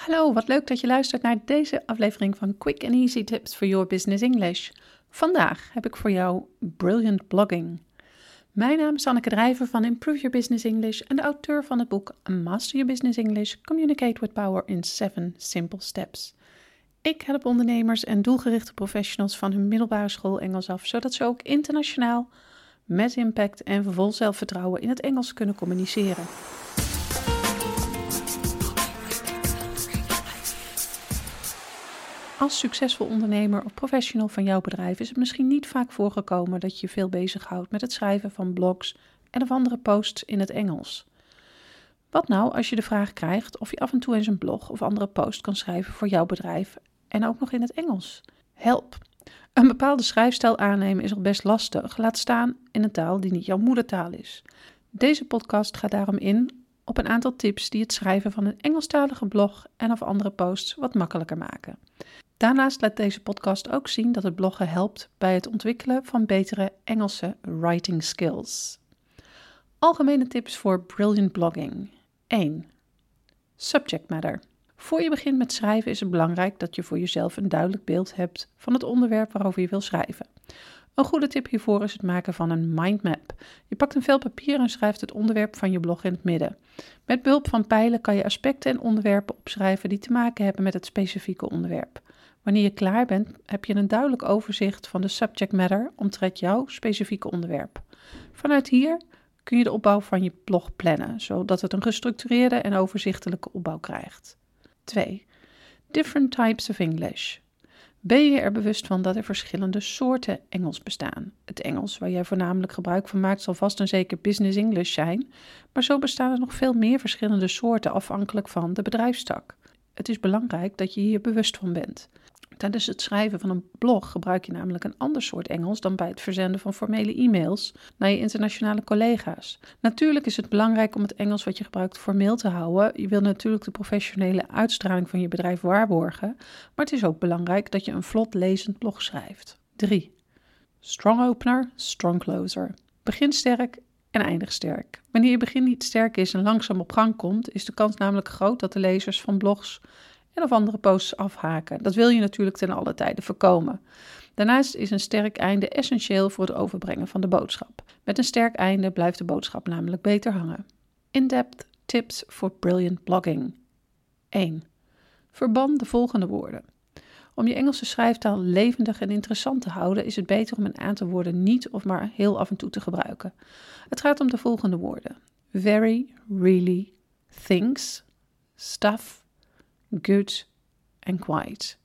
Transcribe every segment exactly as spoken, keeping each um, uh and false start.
Hallo, wat leuk dat je luistert naar deze aflevering van Quick and Easy Tips for Your Business English. Vandaag heb ik voor jou Brilliant Blogging. Mijn naam is Anneke Drijver van Improve Your Business English en de auteur van het boek Master Your Business English, Communicate with Power in seven Simple Steps. Ik help ondernemers en doelgerichte professionals van hun middelbare school Engels af, zodat ze ook internationaal, met impact en vol zelfvertrouwen in het Engels kunnen communiceren. Als succesvol ondernemer of professional van jouw bedrijf is het misschien niet vaak voorgekomen dat je je veel bezighoudt met het schrijven van blogs en of andere posts in het Engels. Wat nou als je de vraag krijgt of je af en toe eens een blog of andere post kan schrijven voor jouw bedrijf en ook nog in het Engels? Help! Een bepaalde schrijfstijl aannemen is al best lastig, laat staan in een taal die niet jouw moedertaal is. Deze podcast gaat daarom in op een aantal tips die het schrijven van een Engelstalige blog en of andere posts wat makkelijker maken. Daarnaast laat deze podcast ook zien dat het bloggen helpt bij het ontwikkelen van betere Engelse writing skills. Algemene tips voor Brilliant Blogging. één. Subject matter. Voor je begint met schrijven is het belangrijk dat je voor jezelf een duidelijk beeld hebt van het onderwerp waarover je wil schrijven. Een goede tip hiervoor is het maken van een mindmap. Je pakt een vel papier en schrijft het onderwerp van je blog in het midden. Met behulp van pijlen kan je aspecten en onderwerpen opschrijven die te maken hebben met het specifieke onderwerp. Wanneer je klaar bent, heb je een duidelijk overzicht van de subject matter omtrent jouw specifieke onderwerp. Vanuit hier kun je de opbouw van je blog plannen, zodat het een gestructureerde en overzichtelijke opbouw krijgt. twee. Different types of English. Ben je er bewust van dat er verschillende soorten Engels bestaan? Het Engels waar jij voornamelijk gebruik van maakt zal vast en zeker business English zijn, maar zo bestaan er nog veel meer verschillende soorten afhankelijk van de bedrijfstak. Het is belangrijk dat je hier bewust van bent. Tijdens het schrijven van een blog gebruik je namelijk een ander soort Engels dan bij het verzenden van formele e-mails naar je internationale collega's. Natuurlijk is het belangrijk om het Engels wat je gebruikt formeel te houden. Je wil natuurlijk de professionele uitstraling van je bedrijf waarborgen, maar het is ook belangrijk dat je een vlot lezend blog schrijft. drie. Strong opener, strong closer. Begin sterk en eindig sterk. Wanneer je begin niet sterk is en langzaam op gang komt, is de kans namelijk groot dat de lezers van blogs en of andere posts afhaken. Dat wil je natuurlijk ten alle tijde voorkomen. Daarnaast is een sterk einde essentieel voor het overbrengen van de boodschap. Met een sterk einde blijft de boodschap namelijk beter hangen. In-depth tips for brilliant blogging. één. Verban de volgende woorden. Om je Engelse schrijftaal levendig en interessant te houden, is het beter om een aantal woorden niet of maar heel af en toe te gebruiken. Het gaat om de volgende woorden. Very, really, thinks, stuff, good en quite.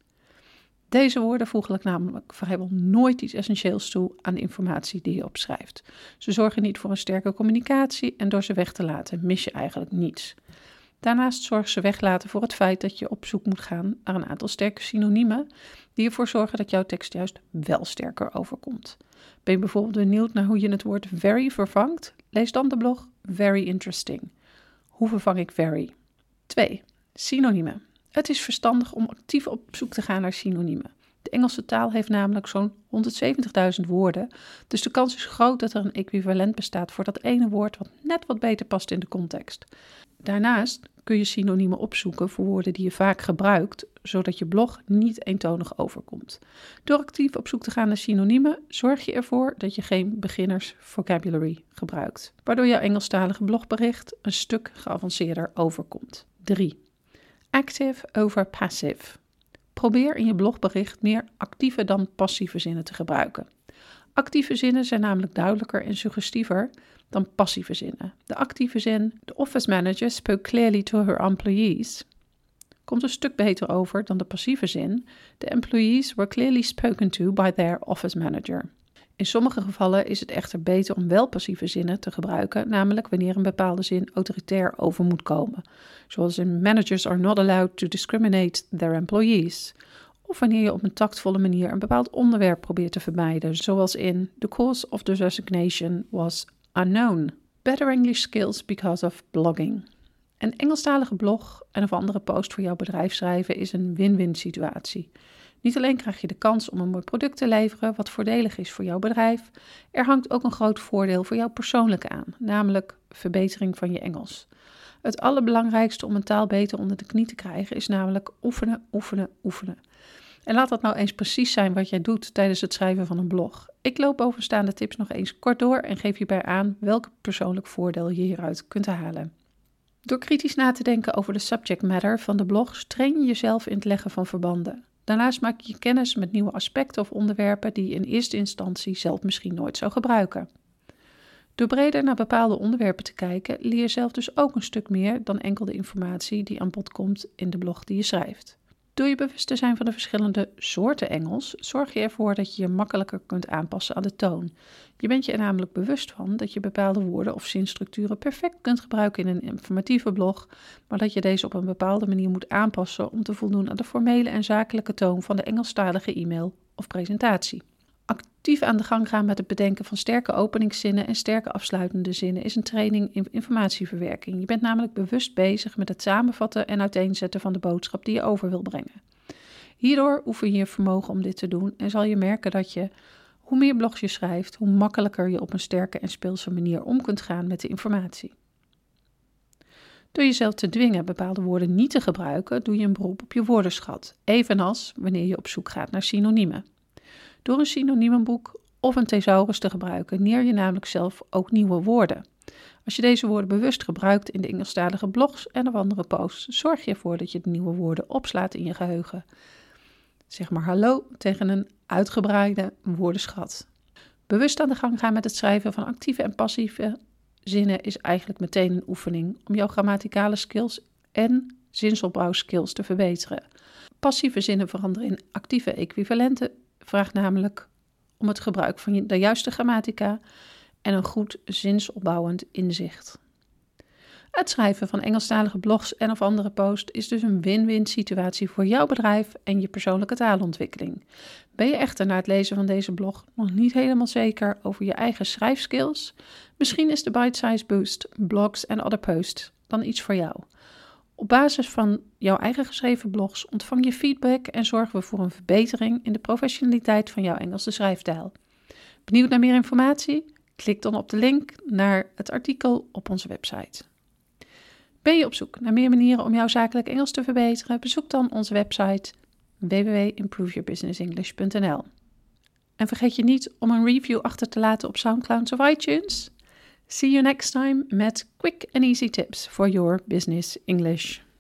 Deze woorden voegen namelijk vrijwel nooit iets essentieels toe aan de informatie die je opschrijft. Ze zorgen niet voor een sterke communicatie en door ze weg te laten mis je eigenlijk niets. Daarnaast zorgen ze weglaten voor het feit dat je op zoek moet gaan naar een aantal sterke synoniemen die ervoor zorgen dat jouw tekst juist wel sterker overkomt. Ben je bijvoorbeeld benieuwd naar hoe je het woord very vervangt? Lees dan de blog Very Interesting. Hoe vervang ik very? twee. Synoniemen. Het is verstandig om actief op zoek te gaan naar synoniemen. De Engelse taal heeft namelijk zo'n honderdzeventigduizend woorden, dus de kans is groot dat er een equivalent bestaat voor dat ene woord wat net wat beter past in de context. Daarnaast kun je synoniemen opzoeken voor woorden die je vaak gebruikt, zodat je blog niet eentonig overkomt. Door actief op zoek te gaan naar synoniemen zorg je ervoor dat je geen beginners vocabulary gebruikt, waardoor jouw Engelstalige blogbericht een stuk geavanceerder overkomt. drie. Active over passive. Probeer in je blogbericht meer actieve dan passieve zinnen te gebruiken. Actieve zinnen zijn namelijk duidelijker en suggestiever dan passieve zinnen. De actieve zin, the office manager spoke clearly to her employees, komt een stuk beter over dan de passieve zin, the employees were clearly spoken to by their office manager. In sommige gevallen is het echter beter om wel passieve zinnen te gebruiken, namelijk wanneer een bepaalde zin autoritair over moet komen, zoals in managers are not allowed to discriminate their employees, of wanneer je op een tactvolle manier een bepaald onderwerp probeert te vermijden, zoals in the cause of the resignation was unknown. Better English skills because of blogging. Een Engelstalige blog en of andere post voor jouw bedrijf schrijven is een win-win situatie. Niet alleen krijg je de kans om een mooi product te leveren wat voordelig is voor jouw bedrijf, er hangt ook een groot voordeel voor jou persoonlijk aan, namelijk verbetering van je Engels. Het allerbelangrijkste om een taal beter onder de knie te krijgen is namelijk oefenen, oefenen, oefenen. En laat dat nou eens precies zijn wat jij doet tijdens het schrijven van een blog. Ik loop bovenstaande tips nog eens kort door en geef hierbij aan welk persoonlijk voordeel je hieruit kunt halen. Door kritisch na te denken over de subject matter van de blogs train je jezelf in het leggen van verbanden. Daarnaast maak je kennis met nieuwe aspecten of onderwerpen die je in eerste instantie zelf misschien nooit zou gebruiken. Door breder naar bepaalde onderwerpen te kijken, leer je zelf dus ook een stuk meer dan enkel de informatie die aan bod komt in de blog die je schrijft. Door je bewust te zijn van de verschillende soorten Engels, zorg je ervoor dat je je makkelijker kunt aanpassen aan de toon. Je bent je er namelijk bewust van dat je bepaalde woorden of zinstructuren perfect kunt gebruiken in een informatieve blog, maar dat je deze op een bepaalde manier moet aanpassen om te voldoen aan de formele en zakelijke toon van de Engelstalige e-mail of presentatie. Actief aan de gang gaan met het bedenken van sterke openingszinnen en sterke afsluitende zinnen is een training in informatieverwerking. Je bent namelijk bewust bezig met het samenvatten en uiteenzetten van de boodschap die je over wil brengen. Hierdoor oefen je je vermogen om dit te doen en zal je merken dat je, hoe meer blogs je schrijft, hoe makkelijker je op een sterke en speelse manier om kunt gaan met de informatie. Door jezelf te dwingen bepaalde woorden niet te gebruiken, doe je een beroep op je woordenschat, evenals wanneer je op zoek gaat naar synoniemen. Door een synoniemenboek of een thesaurus te gebruiken, leer je namelijk zelf ook nieuwe woorden. Als je deze woorden bewust gebruikt in de Engelstalige blogs en of andere posts, zorg je ervoor dat je de nieuwe woorden opslaat in je geheugen. Zeg maar hallo tegen een uitgebreide woordenschat. Bewust aan de gang gaan met het schrijven van actieve en passieve zinnen is eigenlijk meteen een oefening om jouw grammaticale skills en zinsopbouwskills te verbeteren. Passieve zinnen veranderen in actieve equivalenten vraagt namelijk om het gebruik van de juiste grammatica en een goed zinsopbouwend inzicht. Het schrijven van Engelstalige blogs en of andere posts is dus een win-win situatie voor jouw bedrijf en je persoonlijke taalontwikkeling. Ben je echter na het lezen van deze blog nog niet helemaal zeker over je eigen schrijfskills? Misschien is de Bite Size Boost, Blogs and Other Posts dan iets voor jou. Op basis van jouw eigen geschreven blogs ontvang je feedback en zorgen we voor een verbetering in de professionaliteit van jouw Engelse schrijfstijl. Benieuwd naar meer informatie? Klik dan op de link naar het artikel op onze website. Ben je op zoek naar meer manieren om jouw zakelijk Engels te verbeteren? Bezoek dan onze website w w w punt improve your business english punt n l. En vergeet je niet om een review achter te laten op SoundCloud of iTunes. See you next time met quick and easy tips for your business English.